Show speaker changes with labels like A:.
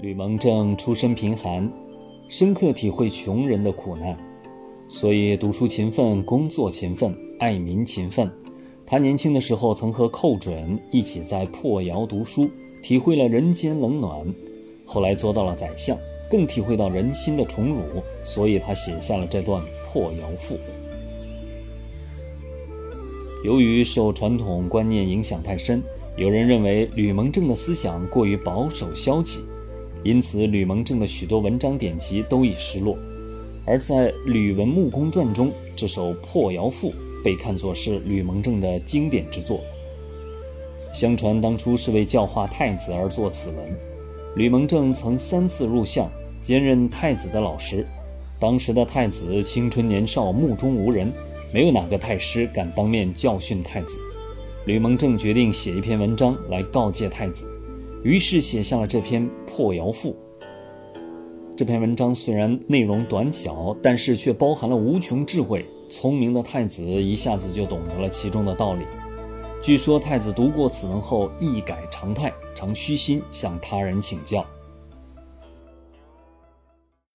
A: 吕蒙正出身贫寒，深刻体会穷人的苦难，所以读书勤奋，工作勤奋，爱民勤奋。他年轻的时候曾和寇准一起在破窑读书，体会了人间冷暖。后来做到了宰相，更体会到人心的宠辱，所以他写下了这段破窑赋。由于受传统观念影响太深，有人认为吕蒙正的思想过于保守消极，因此吕蒙正的许多文章典籍都已失落。而在《吕文穆公传》中，这首破窑赋被看作是吕蒙正的经典之作。相传当初是为教化太子而作此文。吕蒙正曾3次入相，兼任太子的老师。当时的太子青春年少，目中无人，没有哪个太师敢当面教训太子。吕蒙正决定写一篇文章来告诫太子，于是写下了这篇破窑赋。这篇文章虽然内容短小，但是却包含了无穷智慧，聪明的太子一下子就懂得了其中的道理。据说太子读过此文后一改常态，常虚心向他人请教。